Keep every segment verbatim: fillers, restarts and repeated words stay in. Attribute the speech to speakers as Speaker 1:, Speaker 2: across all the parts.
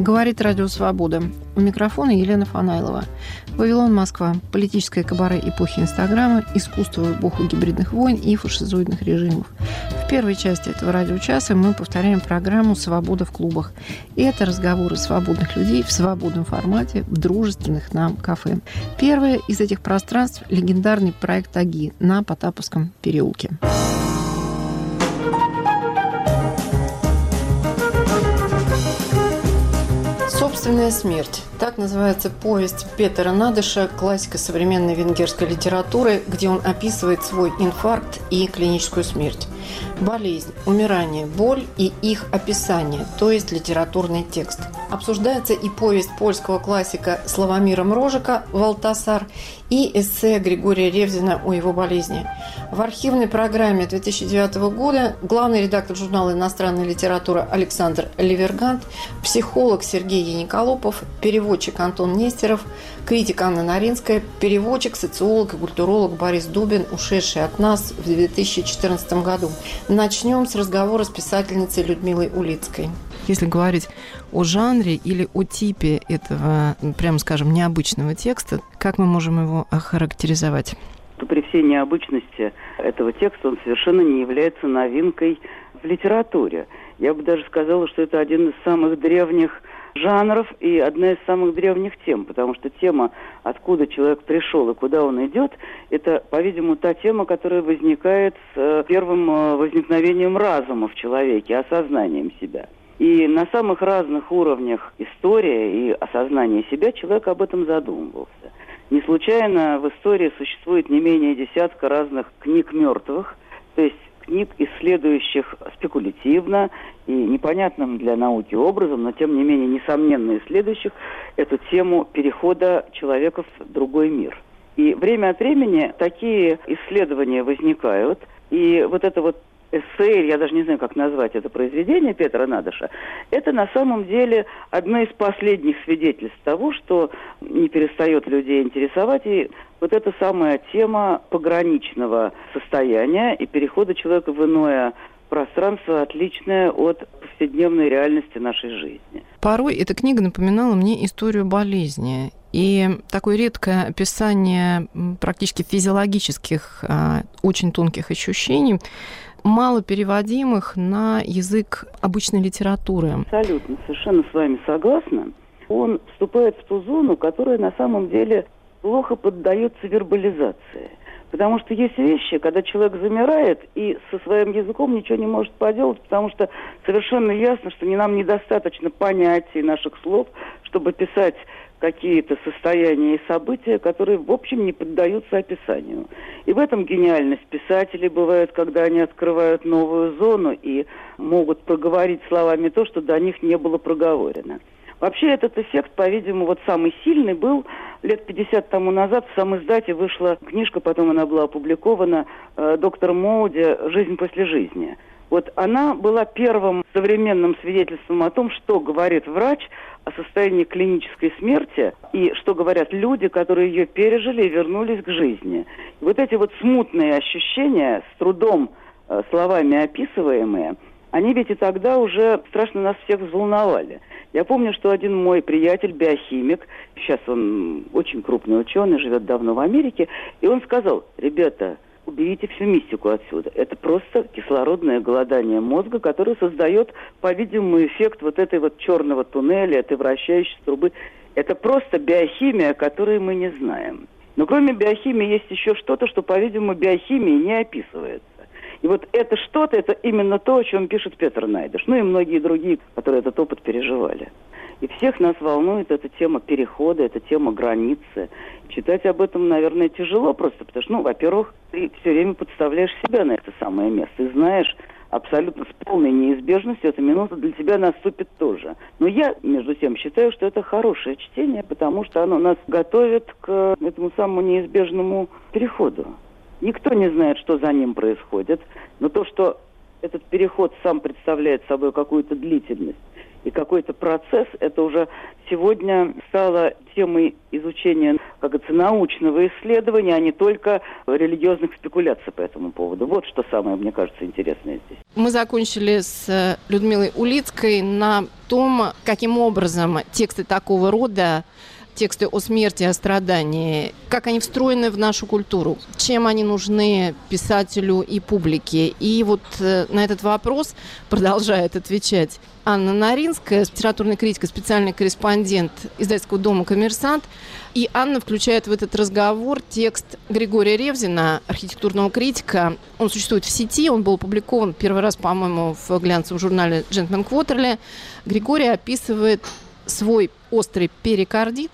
Speaker 1: Говорит Радио Свобода. У микрофона Елена Фанайлова. Вавилон, Москва. Политическое кабаре эпохи Инстаграма, искусство в эпоху гибридных войн и фашизоидных режимов. В первой части этого радиочаса мы повторяем программу «Свобода в клубах». И это разговоры свободных людей в свободном формате в дружественных нам кафе. Первое из этих пространств – легендарный проект «Аги» на Потаповском переулке. «Собственная смерть». Так называется повесть Петера Надыша, классика современной венгерской литературы, где он описывает свой инфаркт и клиническую смерть. Болезнь, умирание, боль и их описание, то есть литературный текст. Обсуждается и повесть польского классика Славомира Мрожика «Валтасар» и эссе Григория Ревзина о его болезни. В архивной программе две тысячи девятого года главный редактор журнала «Иностранная литература» Александр Ливергант, психолог Сергей Яниколопов, переводчик Антон Нестеров, критик Анна Наринская, переводчик, социолог и культуролог Борис Дубин, ушедший от нас в две тысячи четырнадцатом году. Начнем с разговора с писательницей Людмилой Улицкой. Если говорить о жанре или о типе этого, прямо скажем, необычного текста, как мы можем его охарактеризовать?
Speaker 2: При всей необычности этого текста он совершенно не является новинкой в литературе. Я бы даже сказала, что это один из самых древних жанров и одна из самых древних тем, потому что тема, откуда человек пришел и куда он идет, это, по-видимому, та тема, которая возникает с первым возникновением разума в человеке, осознанием себя. И на самых разных уровнях истории и осознания себя человек об этом задумывался. Не случайно в истории существует не менее десятка разных книг мертвых, то есть книг, исследующих спекулятивно и непонятным для науки образом, но тем не менее несомненно исследующих эту тему перехода человека в другой мир. И время от времени такие исследования возникают, и вот это вот эссе, я даже не знаю, как назвать это произведение Петра Надыша, это на самом деле одно из последних свидетельств того, что не перестает людей интересовать, и вот эта самая тема пограничного состояния и перехода человека в иное пространство, отличное от повседневной реальности нашей жизни.
Speaker 1: Порой эта книга напоминала мне историю болезни. И такое редкое описание практически физиологических, очень тонких ощущений, мало переводимых на язык обычной литературы.
Speaker 2: Абсолютно, совершенно с вами согласна. Он вступает в ту зону, которая на самом деле плохо поддается вербализации. Потому что есть вещи, когда человек замирает и со своим языком ничего не может поделать, потому что совершенно ясно, что нам недостаточно понятий наших слов, чтобы писать какие-то состояния и события, которые, в общем, не поддаются описанию. И в этом гениальность писателей бывает, когда они открывают новую зону и могут проговорить словами то, что до них не было проговорено. Вообще этот эффект, по-видимому, вот самый сильный был лет пятьдесят тому назад. В самоиздате вышла книжка, потом она была опубликована, э, доктора Моуди «Жизнь после жизни». Вот она была первым современным свидетельством о том, что говорит врач о состоянии клинической смерти и что говорят люди, которые ее пережили и вернулись к жизни. И вот эти вот смутные ощущения, с трудом э, словами описываемые, они ведь и тогда уже страшно нас всех взволновали. Я помню, что один мой приятель, биохимик, сейчас он очень крупный ученый, живет давно в Америке, и он сказал: ребята, уберите всю мистику отсюда. Это просто кислородное голодание мозга, которое создает, по-видимому, эффект вот этой вот черного туннеля, этой вращающейся трубы. Это просто биохимия, которую мы не знаем. Но кроме биохимии есть еще что-то, что, по-видимому, биохимией не описывается. И вот это что-то, это именно то, о чем пишет Петр Надыш, ну и многие другие, которые этот опыт переживали. И всех нас волнует эта тема перехода, эта тема границы. Читать об этом, наверное, тяжело просто, потому что, ну, во-первых, ты все время подставляешь себя на это самое место. И знаешь абсолютно с полной неизбежностью, эта минута для тебя наступит тоже. Но я, между тем, считаю, что это хорошее чтение, потому что оно нас готовит к этому самому неизбежному переходу. Никто не знает, что за ним происходит, но то, что этот переход сам представляет собой какую-то длительность и какой-то процесс, это уже сегодня стало темой изучения, как это, научного исследования, а не только религиозных спекуляций по этому поводу. Вот что самое, мне кажется, интересное здесь.
Speaker 1: Мы закончили с Людмилой Улицкой на том, каким образом тексты такого рода, тексты о смерти, о страдании, как они встроены в нашу культуру, чем они нужны писателю и публике. И вот на этот вопрос продолжает отвечать Анна Наринская, литературный критик и специальный корреспондент издательского дома «Коммерсант». И Анна включает в этот разговор текст Григория Ревзина, архитектурного критика. Он существует в сети, он был опубликован первый раз, по-моему, в глянцевом журнале «Джентльмен Квотерли». Григорий описывает свой острый перикардит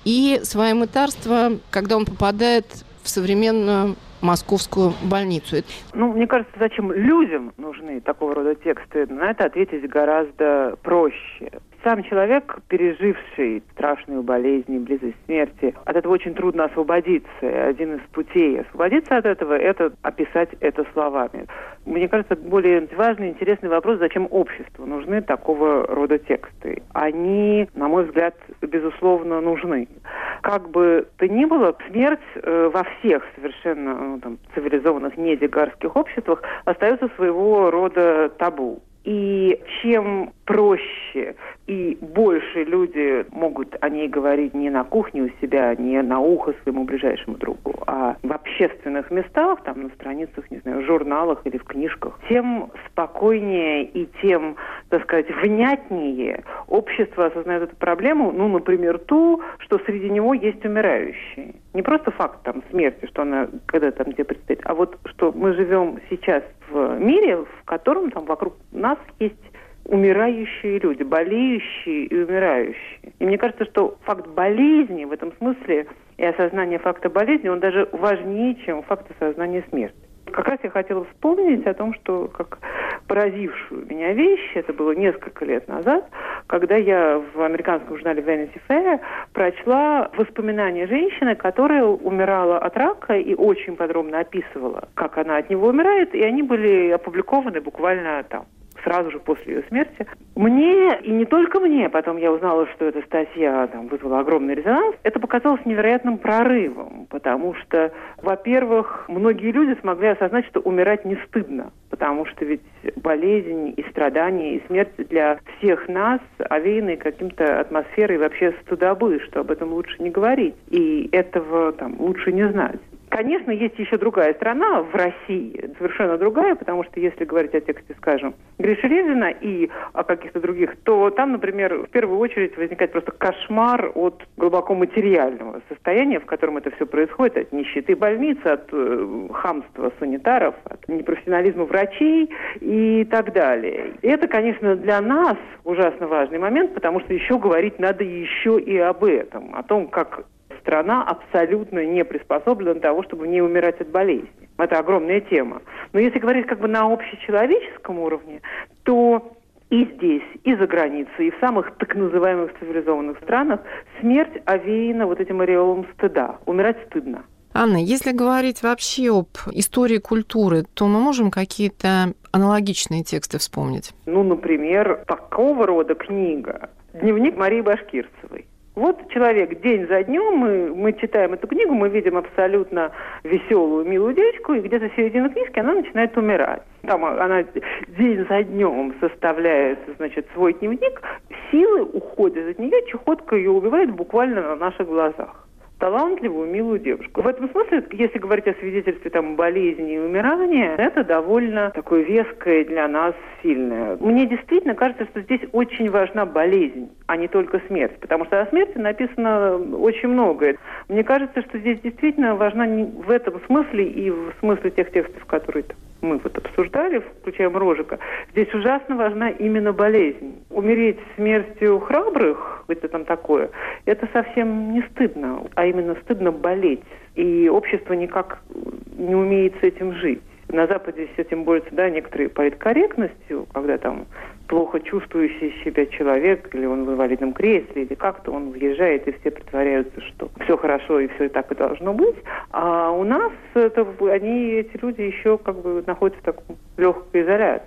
Speaker 1: и свое мытарство, когда он попадает в современную московскую больницу.
Speaker 3: Ну, мне кажется, зачем людям нужны такого рода тексты, на это ответить гораздо проще. Сам человек, переживший страшную болезнь и близость смерти, от этого очень трудно освободиться. И один из путей освободиться от этого – это описать это словами. Мне кажется, более важный, интересный вопрос, зачем обществу нужны такого рода тексты. Они, на мой взгляд, безусловно, нужны. Как бы то ни было, смерть э, во всех совершенно ну, там, цивилизованных недигарских обществах остается своего рода табу. И чем проще и больше люди могут о ней говорить не на кухне у себя, не на ухо своему ближайшему другу, а в общественных местах, там на страницах, не знаю, в журналах или в книжках, тем спокойнее и тем, так сказать, внятнее общество осознает эту проблему, ну, например, ту, что среди него есть умирающие. Не просто факт там смерти, что она когда-то там где предстоит, а вот что мы живем сейчас в мире, в котором там вокруг нас есть умирающие люди, болеющие и умирающие. И мне кажется, что факт болезни в этом смысле и осознание факта болезни, он даже важнее, чем факт осознания смерти. Как раз я хотела вспомнить о том, что как поразившую меня вещь, это было несколько лет назад, когда я в американском журнале Vanity Fair прочла воспоминания женщины, которая умирала от рака и очень подробно описывала, как она от него умирает, и они были опубликованы буквально там сразу же после ее смерти. Мне, и не только мне, потом я узнала, что эта статья там, вызвала огромный резонанс, это показалось невероятным прорывом, потому что, во-первых, многие люди смогли осознать, что умирать не стыдно, потому что ведь болезнь и страдания, и смерть для всех нас овеяны каким-то атмосферой вообще стыдобы, что об этом лучше не говорить, и этого там лучше не знать. Конечно, есть еще другая страна в России, совершенно другая, потому что если говорить о тексте, скажем, Гриши Ревзина и о каких-то других, то там, например, в первую очередь возникает просто кошмар от глубоко материального состояния, в котором это все происходит, от нищеты больниц, от э, хамства санитаров, от непрофессионализма врачей и так далее. И это, конечно, для нас ужасно важный момент, потому что еще говорить надо еще и об этом, о том, как страна абсолютно не приспособлена для того, чтобы не умирать от болезни. Это огромная тема. Но если говорить как бы на общечеловеческом уровне, то и здесь, и за границей, и в самых так называемых цивилизованных странах смерть овеяна вот этим ореолом стыда. Умирать стыдно.
Speaker 1: Анна, если говорить вообще об истории культуры, то мы можем какие-то аналогичные тексты вспомнить?
Speaker 3: Ну, например, такого рода книга «Дневник Марии Башкирцевой». Вот человек день за днем, мы, мы читаем эту книгу, мы видим абсолютно веселую, милую девочку, и где-то в середине книжки она начинает умирать. Там она день за днем составляет, значит, свой дневник, силы уходят от нее, чехотка ее убивает буквально на наших глазах. Талантливую, милую девушку. В этом смысле, если говорить о свидетельстве там, болезни и умирания, это довольно такое веское для нас сильное. Мне действительно кажется, что здесь очень важна болезнь, а не только смерть, потому что о смерти написано очень многое. Мне кажется, что здесь действительно важна в этом смысле и в смысле тех текстов, которые мы вот обсуждали, включая Мрожика, здесь ужасно важна именно болезнь. Умереть смертью храбрых, это там такое, это совсем не стыдно, а именно стыдно болеть. И общество никак не умеет с этим жить. На Западе с этим борются, да, некоторые политкорректностью, когда там плохо чувствующий себя человек, или он в инвалидном кресле, или как-то он въезжает, и все притворяются, что все хорошо, и все и так и должно быть. А у нас это, они, эти люди еще как бы находятся в такой легкой изоляции.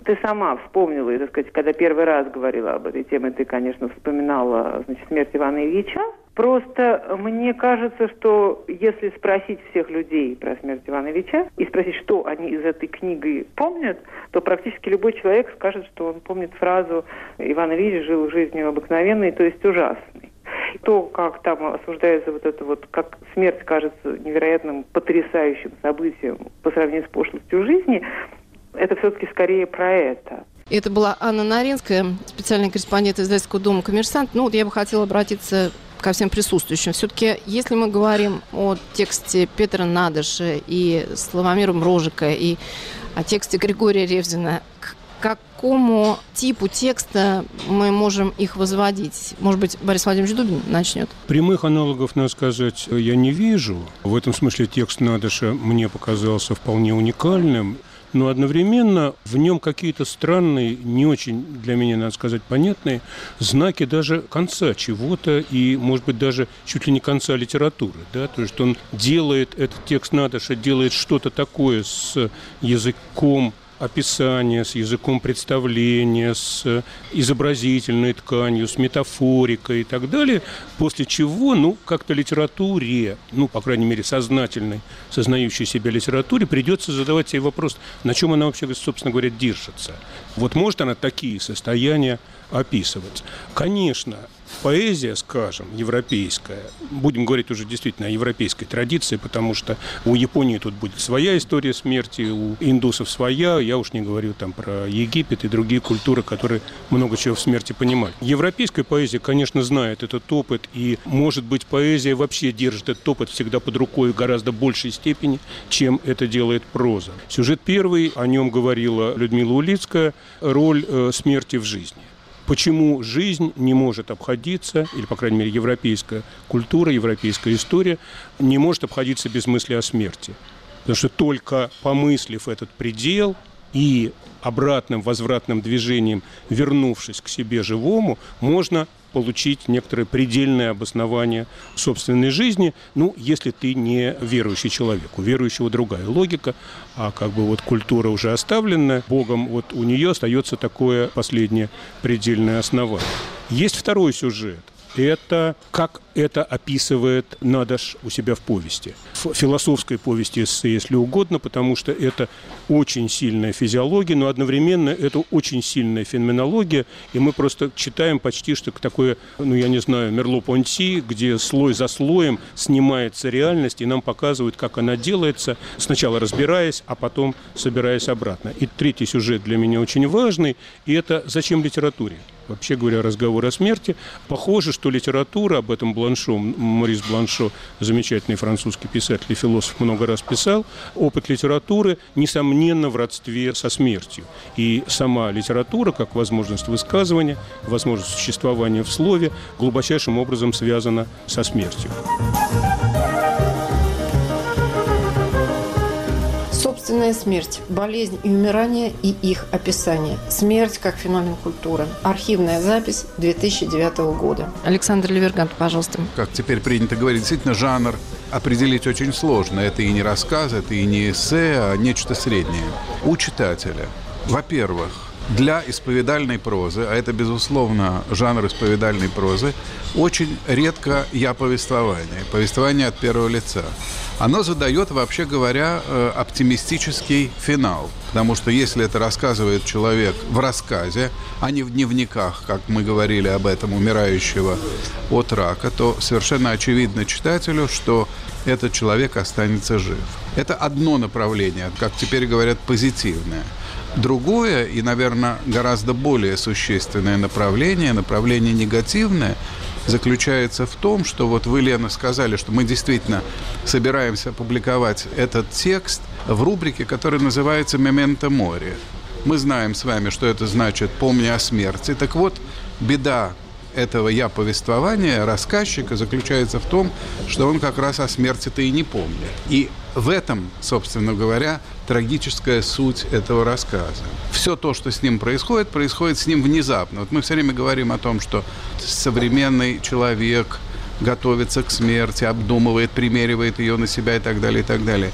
Speaker 3: Ты сама вспомнила, и, так сказать, когда первый раз говорила об этой теме, ты, конечно, вспоминала, значит, смерть Ивана Ильича. Просто мне кажется, что если спросить всех людей про смерть Ивана Ильича и спросить, что они из этой книги помнят, то практически любой человек скажет, что он помнит фразу «Иван Ильич жил жизнью обыкновенной, то есть ужасной». То, как там осуждается вот это вот, как смерть кажется невероятным, потрясающим событием по сравнению с пошлостью жизни, это все-таки скорее про это.
Speaker 1: Это была Анна Наринская, специальный корреспондент издательского дома «Коммерсант». Ну, вот я бы хотела обратиться ко всем присутствующим. Все-таки, если мы говорим о тексте Петра Надыша и Славомира Мрожика, и о тексте Григория Ревзина, к какому типу текста мы можем их возводить? Может быть, Борис Владимирович Дубин начнет?
Speaker 4: Прямых аналогов, надо сказать, я не вижу. В этом смысле текст Надыша мне показался вполне уникальным. Но одновременно в нем какие-то странные, не очень для меня, надо сказать, понятные знаки даже конца чего-то и, может быть, даже чуть ли не конца литературы. Да? То есть он делает, этот текст Надыша делает что-то такое с языком описания, с языком представления, с изобразительной тканью, с метафорикой и так далее, после чего, ну, как-то литературе, ну, по крайней мере, сознательной, сознающей себя литературе, придется задавать себе вопрос, на чем она вообще, собственно говоря, держится. Вот может она такие состояния описывать? Конечно, поэзия, скажем, европейская, будем говорить уже действительно о европейской традиции, потому что у Японии тут будет своя история смерти, у индусов своя, я уж не говорю там про Египет и другие культуры, которые много чего в смерти понимают. Европейская поэзия, конечно, знает этот опыт, и, может быть, поэзия вообще держит этот опыт всегда под рукой в гораздо большей степени, чем это делает проза. Сюжет первый, о нем говорила Людмила Улицкая, роль э, смерти в жизни. Почему жизнь не может обходиться, или, по крайней мере, европейская культура, европейская история не может обходиться без мысли о смерти. Потому что только помыслив этот предел и обратным возвратным движением, вернувшись к себе живому, можно получить некоторое предельное обоснование собственной жизни, ну, если ты не верующий человек. У верующего другая логика, а как бы вот культура уже оставленная Богом, вот у нее остается такое последнее предельное основание. Есть второй сюжет. Это как это описывает Надыш у себя в повести. В философской повести эссе, если угодно, потому что это очень сильная физиология, но одновременно это очень сильная феноменология, и мы просто читаем почти что такое, ну я не знаю, Мерло-Понти, где слой за слоем снимается реальность, и нам показывают, как она делается, сначала разбираясь, а потом собираясь обратно. И третий сюжет для меня очень важный, и это «Зачем литературе?». Вообще говоря, разговор о смерти. Похоже, что литература, об этом Бланшо, Морис Бланшо, замечательный французский писатель и философ, много раз писал, опыт литературы, несомненно, в родстве со смертью. И сама литература, как возможность высказывания, возможность существования в слове, глубочайшим образом связана со смертью.
Speaker 1: Собственная смерть, болезнь и умирание и их описание. Смерть как феномен культуры. Архивная запись две тысячи девятого года. Александр Левергант, пожалуйста.
Speaker 5: Как теперь принято говорить, действительно жанр определить очень сложно. Это и не рассказ, это и не эссе, а нечто среднее. У читателя, во-первых, для исповедальной прозы, а это, безусловно, жанр исповедальной прозы, очень редко я повествование, повествование от первого лица. Оно задает, вообще говоря, оптимистический финал. Потому что если это рассказывает человек в рассказе, а не в дневниках, как мы говорили об этом, умирающего от рака, то совершенно очевидно читателю, что этот человек останется жив. Это одно направление, как теперь говорят, позитивное. Другое и, наверное, гораздо более существенное направление, направление негативное, заключается в том, что вот вы, Лена, сказали, что мы действительно собираемся опубликовать этот текст в рубрике, которая называется «Мементо море». Мы знаем с вами, что это значит «Помни о смерти». Так вот, беда этого я повествования рассказчика заключается в том, что он как раз о смерти-то и не помнит. И в этом, собственно говоря, трагическая суть этого рассказа. Все то, что с ним происходит, происходит с ним внезапно. Вот мы все время говорим о том, что современный человек готовится к смерти, обдумывает, примеривает ее на себя и так далее, и так далее.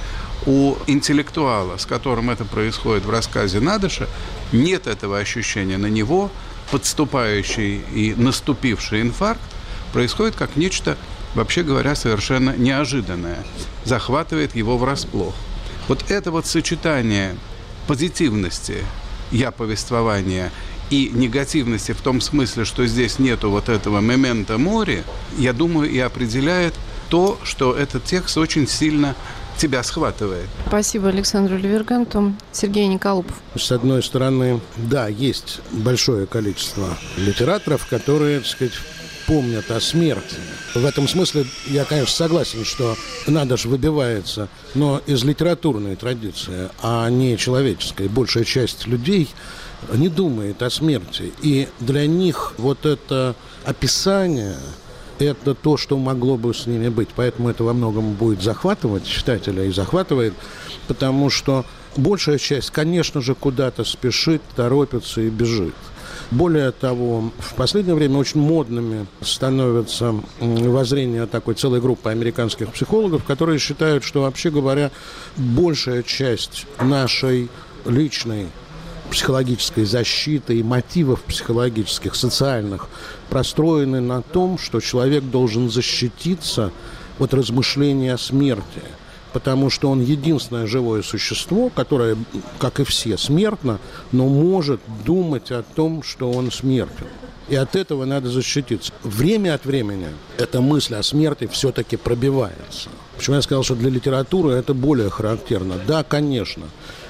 Speaker 5: У интеллектуала, с которым это происходит в рассказе Надыша, нет этого ощущения. На него подступающий и наступивший инфаркт происходит как нечто, вообще говоря, совершенно неожиданное. Захватывает его врасплох. Вот это вот сочетание позитивности «я» повествования и негативности в том смысле, что здесь нету вот этого «мементо мори», я думаю, и определяет то, что этот текст очень сильно тебя схватывает.
Speaker 1: Спасибо Александру Леверганту. Сергей Николупов.
Speaker 6: С одной стороны, да, есть большое количество литераторов, которые, так сказать, помнят о смерти. В этом смысле я, конечно, согласен, что Надыш выбивается, но из литературной традиции, а не человеческой. Большая часть людей не думает о смерти. И для них вот это описание – это то, что могло бы с ними быть. Поэтому это во многом будет захватывать читателя и захватывает, потому что большая часть, конечно же, куда-то спешит, торопится и бежит. Более того, в последнее время очень модными становятся воззрения такой целой группы американских психологов, которые считают, что, вообще говоря, большая часть нашей личной психологической защиты и мотивов психологических, социальных простроены на том, что человек должен защититься от размышления о смерти. Потому что он единственное живое существо, которое, как и все, смертно, но может думать о том, что он смертен. И от этого надо защититься. Время от времени эта мысль о смерти все-таки пробивается. Почему я сказал, что для литературы это более характерно? Да, конечно.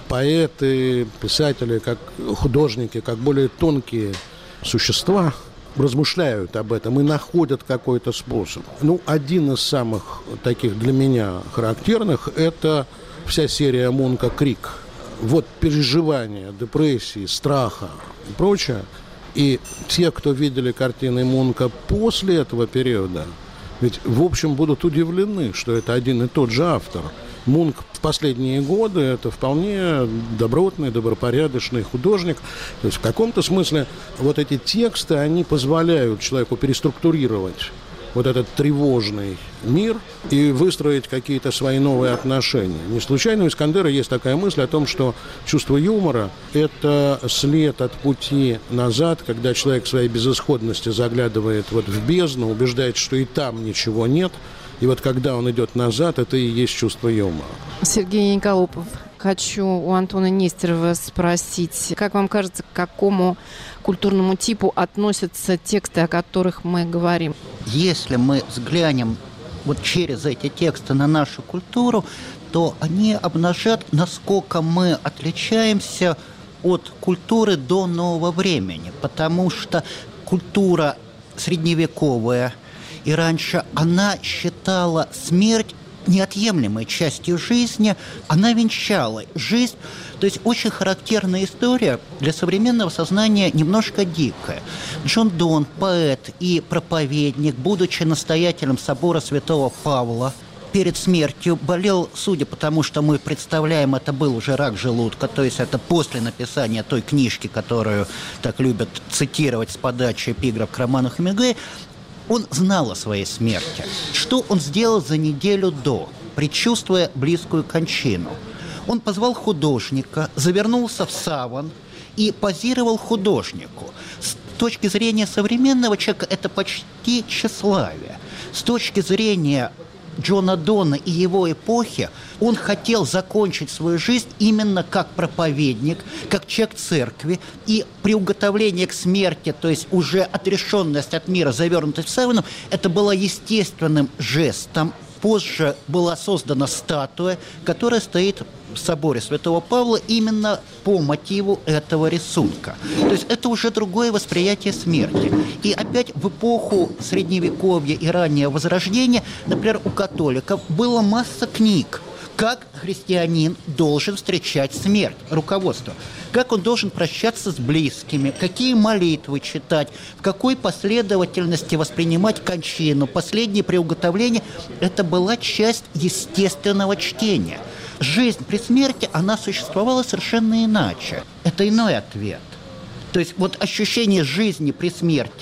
Speaker 6: Поэты, писатели, как художники, как более тонкие существа размышляют об этом и находят какой-то способ. Ну, один из самых таких для меня характерных – это вся серия Мунка «Крик». Вот переживания, депрессии, страха и прочее. И те, кто видели картины Мунка после этого периода, ведь, в общем, будут удивлены, что это один и тот же автор. Мунк в последние годы – это вполне добротный, добропорядочный художник. То есть в каком-то смысле вот эти тексты, они позволяют человеку переструктурировать вот этот тревожный мир и выстроить какие-то свои новые отношения. Не случайно у Искандера есть такая мысль о том, что чувство юмора – это след от пути назад, когда человек в своей безысходности заглядывает вот в бездну, убеждается, что и там ничего нет. И вот когда он идет назад, это и есть чувство юмора.
Speaker 1: Сергей Николупов, хочу у Антона Нестерова спросить, как вам кажется, к какому культурному типу относятся тексты, о которых мы говорим?
Speaker 7: Если мы взглянем вот через эти тексты на нашу культуру, то они обнажат, насколько мы отличаемся от культуры до нового времени. Потому что культура средневековая и раньше, она считала смерть неотъемлемой частью жизни, она венчала жизнь. То есть очень характерная история для современного сознания, немножко дикая. Джон Донн, поэт и проповедник, будучи настоятелем собора святого Павла, перед смертью болел, судя по тому, что мы представляем, это был уже рак желудка, то есть это после написания той книжки, которую так любят цитировать с подачи эпиграф к роману Хемингуэя. Он знал о своей смерти. Что он сделал за неделю до, предчувствуя близкую кончину? Он позвал художника, завернулся в саван и позировал художнику. С точки зрения современного человека это почти тщеславие. С точки зрения Джона Донна и его эпохи, он хотел закончить свою жизнь именно как проповедник, как человек церкви, и приуготовление к смерти, то есть уже отрешенность от мира, завернутость в савану, это было естественным жестом. Позже была создана статуя, которая стоит в соборе святого Павла именно по мотиву этого рисунка. То есть это уже другое восприятие смерти. И опять в эпоху Средневековья и раннего Возрождения, например, у католиков была масса книг, как христианин должен встречать смерть, руководство. Как он должен прощаться с близкими, какие молитвы читать, в какой последовательности воспринимать кончину, последнее приуготовление. Это была часть естественного чтения. Жизнь при смерти, она существовала совершенно иначе. Это иной ответ. То есть вот ощущение жизни при смерти,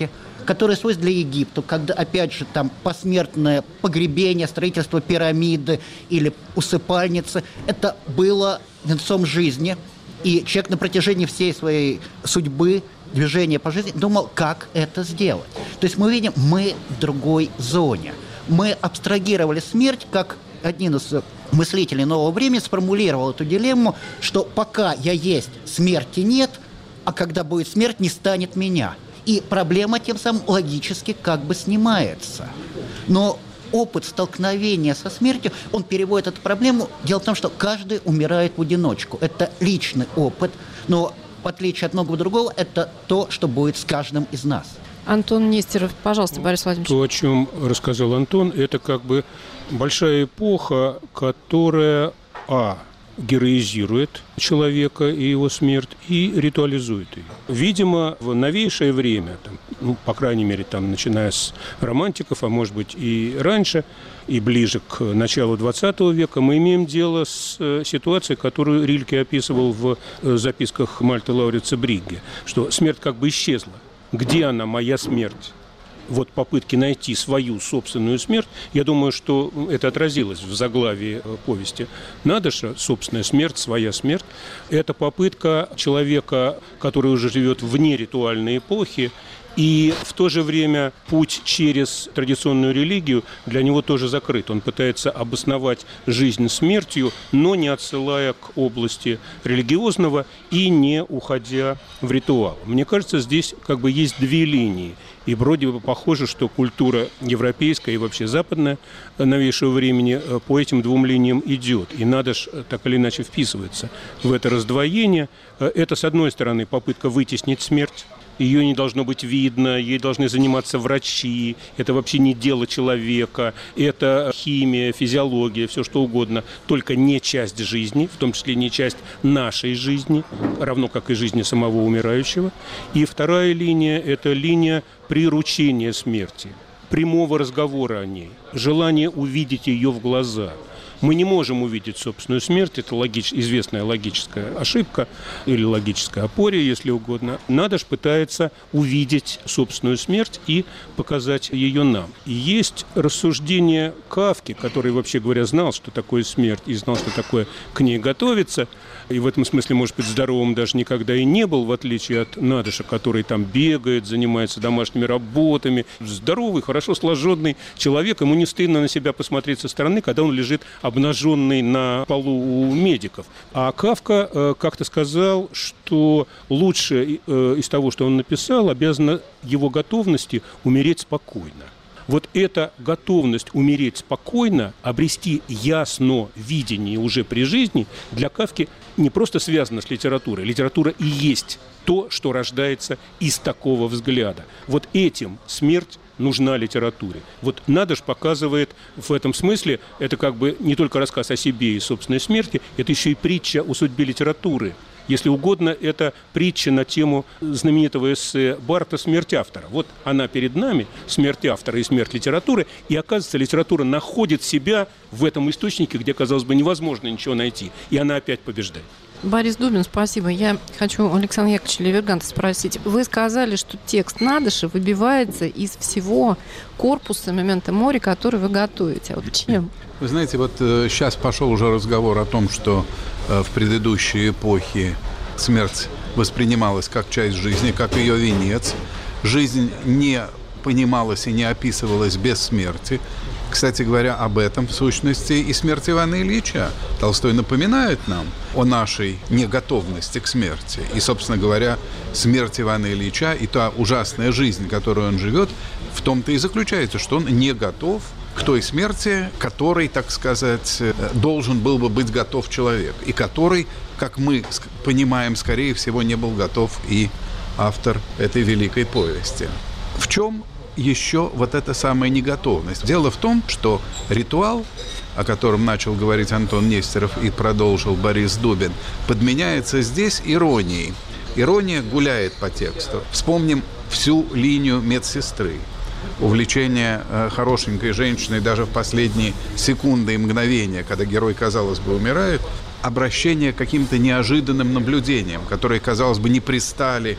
Speaker 7: которые свойственны для Египта, когда, опять же, там посмертное погребение, строительство пирамиды или усыпальницы, это было венцом жизни, и человек на протяжении всей своей судьбы, движения по жизни, думал, как это сделать. То есть мы видим, мы в другой зоне. Мы абстрагировали смерть, как один из мыслителей нового времени сформулировал эту дилемму, что пока я есть, смерти нет, а когда будет смерть, не станет меня. И проблема тем самым логически как бы снимается. Но опыт столкновения со смертью, он переводит эту проблему. Дело в том, что каждый умирает в одиночку. Это личный опыт, но в отличие от многого другого, это то, что будет с каждым из нас.
Speaker 1: Антон Нестеров, пожалуйста, Борис Владимирович.
Speaker 4: То, о чем рассказал Антон, это как бы большая эпоха, которая, а, героизирует человека и его смерть, и ритуализует ее. Видимо, в новейшее время, там, ну, по крайней мере, там, начиная с романтиков, а может быть и раньше, и ближе к началу двадцатого века, мы имеем дело с ситуацией, которую Рильке описывал в записках Мальты Лаурица Бригге, что смерть как бы исчезла. Где она, моя смерть? Вот попытки найти свою собственную смерть, я думаю, что это отразилось в заглавии повести Надыша «Собственная смерть, своя смерть». Это попытка человека, который уже живет вне ритуальной эпохи, и в то же время путь через традиционную религию для него тоже закрыт. Он пытается обосновать жизнь смертью, но не отсылая к области религиозного и не уходя в ритуал. Мне кажется, здесь как бы есть две линии. И вроде бы похоже, что культура европейская и вообще западная новейшего времени по этим двум линиям идет. И Надыш так или иначе вписывается в это раздвоение. Это, с одной стороны, попытка вытеснить смерть. Ее не должно быть видно, ей должны заниматься врачи, это вообще не дело человека, это химия, физиология, все что угодно, только не часть жизни, в том числе не часть нашей жизни, равно как и жизни самого умирающего. И вторая линия – это линия приручения смерти, прямого разговора о ней, желание увидеть ее в глаза. Мы не можем увидеть собственную смерть, это логич... известная логическая ошибка или логическая опория, если угодно. Надыш пытается увидеть собственную смерть и показать ее нам. И есть рассуждение Кафки, который, вообще говоря, знал, что такое смерть, и знал, что такое к ней готовиться, и в этом смысле, может быть, здоровым даже никогда и не был, в отличие от Надыша, который там бегает, занимается домашними работами. Здоровый, хорошо сложенный человек, ему не стыдно на себя посмотреть со стороны, когда он лежит обнаженный на полу у медиков. А Кафка э, как-то сказал, что лучше э, из того, что он написал, обязана его готовности умереть спокойно. Вот эта готовность умереть спокойно, обрести ясно видение уже при жизни, для Кафки не просто связана с литературой. Литература и есть то, что рождается из такого взгляда. Вот этим смерть нужна литературе. Вот Надыш показывает в этом смысле, это как бы не только рассказ о себе и собственной смерти, это еще и притча о судьбе литературы. Если угодно, это притча на тему знаменитого эссе Барта «Смерть автора». Вот она перед нами, смерть автора и смерть литературы, и, оказывается, литература находит себя в этом источнике, где, казалось бы, невозможно ничего найти, и она опять побеждает.
Speaker 1: Борис Дубин, спасибо. Я хочу у Александра Яковлевича Леверганта спросить. Вы сказали, что текст Надыша выбивается из всего корпуса «Мементо мори», который вы готовите. А вот чем?
Speaker 5: Вы знаете, вот э, сейчас пошел уже разговор о том, что э, в предыдущей эпохе смерть воспринималась как часть жизни, как ее венец. Жизнь не понималась и не описывалась без смерти. Кстати говоря, об этом, в сущности, и смерть Ивана Ильича. Толстой напоминает нам о нашей неготовности к смерти. И, собственно говоря, смерть Ивана Ильича и та ужасная жизнь, которую он живет, в том-то и заключается, что он не готов к той смерти, которой, так сказать, должен был бы быть готов человек. И который, как мы понимаем, скорее всего, не был готов и автор этой великой повести. В чем еще вот эта самая неготовность? Дело в том, что ритуал, о котором начал говорить Антон Нестеров и продолжил Борис Дубин, подменяется здесь иронией. Ирония гуляет по тексту. Вспомним всю линию медсестры. Увлечение э, хорошенькой женщиной даже в последние секунды и мгновения, когда герой, казалось бы, умирает, обращение к каким-то неожиданным наблюдениям, которые, казалось бы, не пристали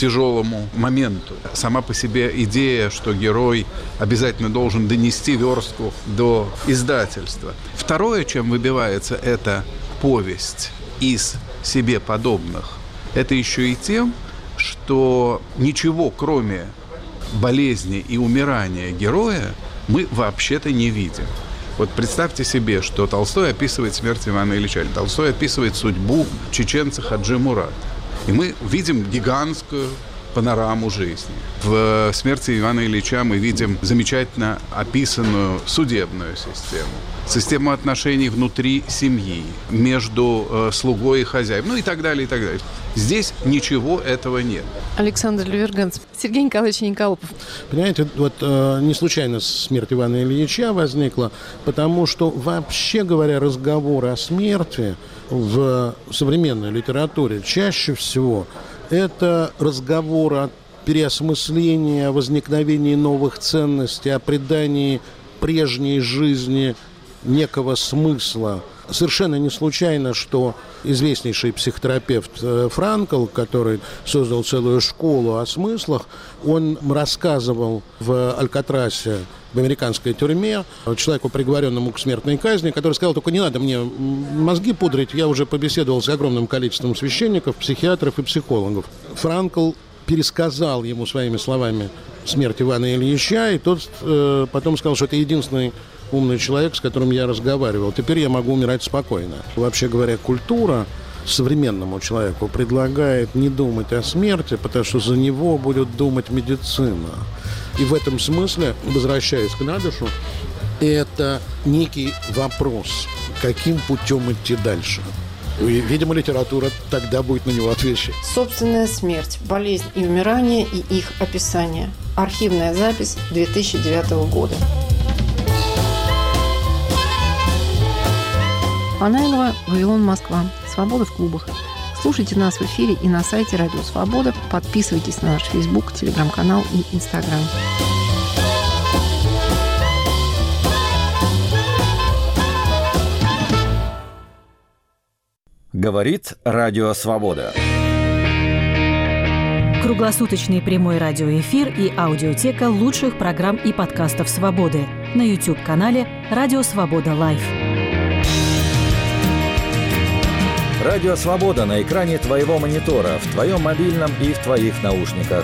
Speaker 5: тяжелому моменту. Сама по себе идея, что герой обязательно должен донести верстку до издательства. Второе, чем выбивается эта повесть из себе подобных, это еще и тем, что ничего, кроме болезни и умирания героя, мы вообще-то не видим. Вот представьте себе, что Толстой описывает смерть Ивана Ильича, или Толстой описывает судьбу чеченца Хаджи Мурата. И мы видим гигантскую панораму жизни. В смерти Ивана Ильича мы видим замечательно описанную судебную систему, систему отношений внутри семьи, между э, слугой и хозяином, ну и так далее, и так далее. Здесь ничего этого нет.
Speaker 1: Александр Леверганц, Сергей Николаевич Николопов.
Speaker 6: Понимаете, вот э, не случайно смерть Ивана Ильича возникла, потому что, вообще говоря, разговоры о смерти в современной литературе чаще всего это разговор о переосмыслении, о возникновении новых ценностей, о придании прежней жизни некого смысла. Совершенно не случайно, что известнейший психотерапевт Франкл, который создал целую школу о смыслах, он рассказывал в Алькатрасе, в американской тюрьме, человеку, приговоренному к смертной казни, который сказал: только не надо мне мозги пудрить, я уже побеседовал с огромным количеством священников, психиатров и психологов. Франкл пересказал ему своими словами смерть Ивана Ильича, и тот э, потом сказал, что это единственный умный человек, с которым я разговаривал. Теперь я могу умирать спокойно. Вообще говоря, культура современному человеку предлагает не думать о смерти, потому что за него будет думать медицина. И в этом смысле, возвращаясь к Надышу, это некий вопрос, каким путем идти дальше. И, видимо, литература тогда будет на него отвечать.
Speaker 1: Собственная смерть, болезнь и умирание и их описание. Архивная запись две тысячи девятого года. Панайлова, Вавилон, Москва. Свобода в клубах. Слушайте нас в эфире и на сайте Радио Свобода. Подписывайтесь на наш Фейсбук, Телеграм-канал и Инстаграм.
Speaker 8: Говорит Радио Свобода.
Speaker 9: Круглосуточный прямой радиоэфир и аудиотека лучших программ и подкастов «Свободы» на YouTube-канале «Радио Свобода Лайв».
Speaker 8: Радио Свобода на экране твоего монитора, в твоем мобильном и в твоих наушниках.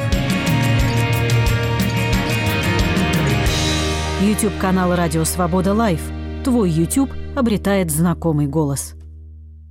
Speaker 9: YouTube-канал «Радио Свобода Лайв». Твой YouTube обретает знакомый голос.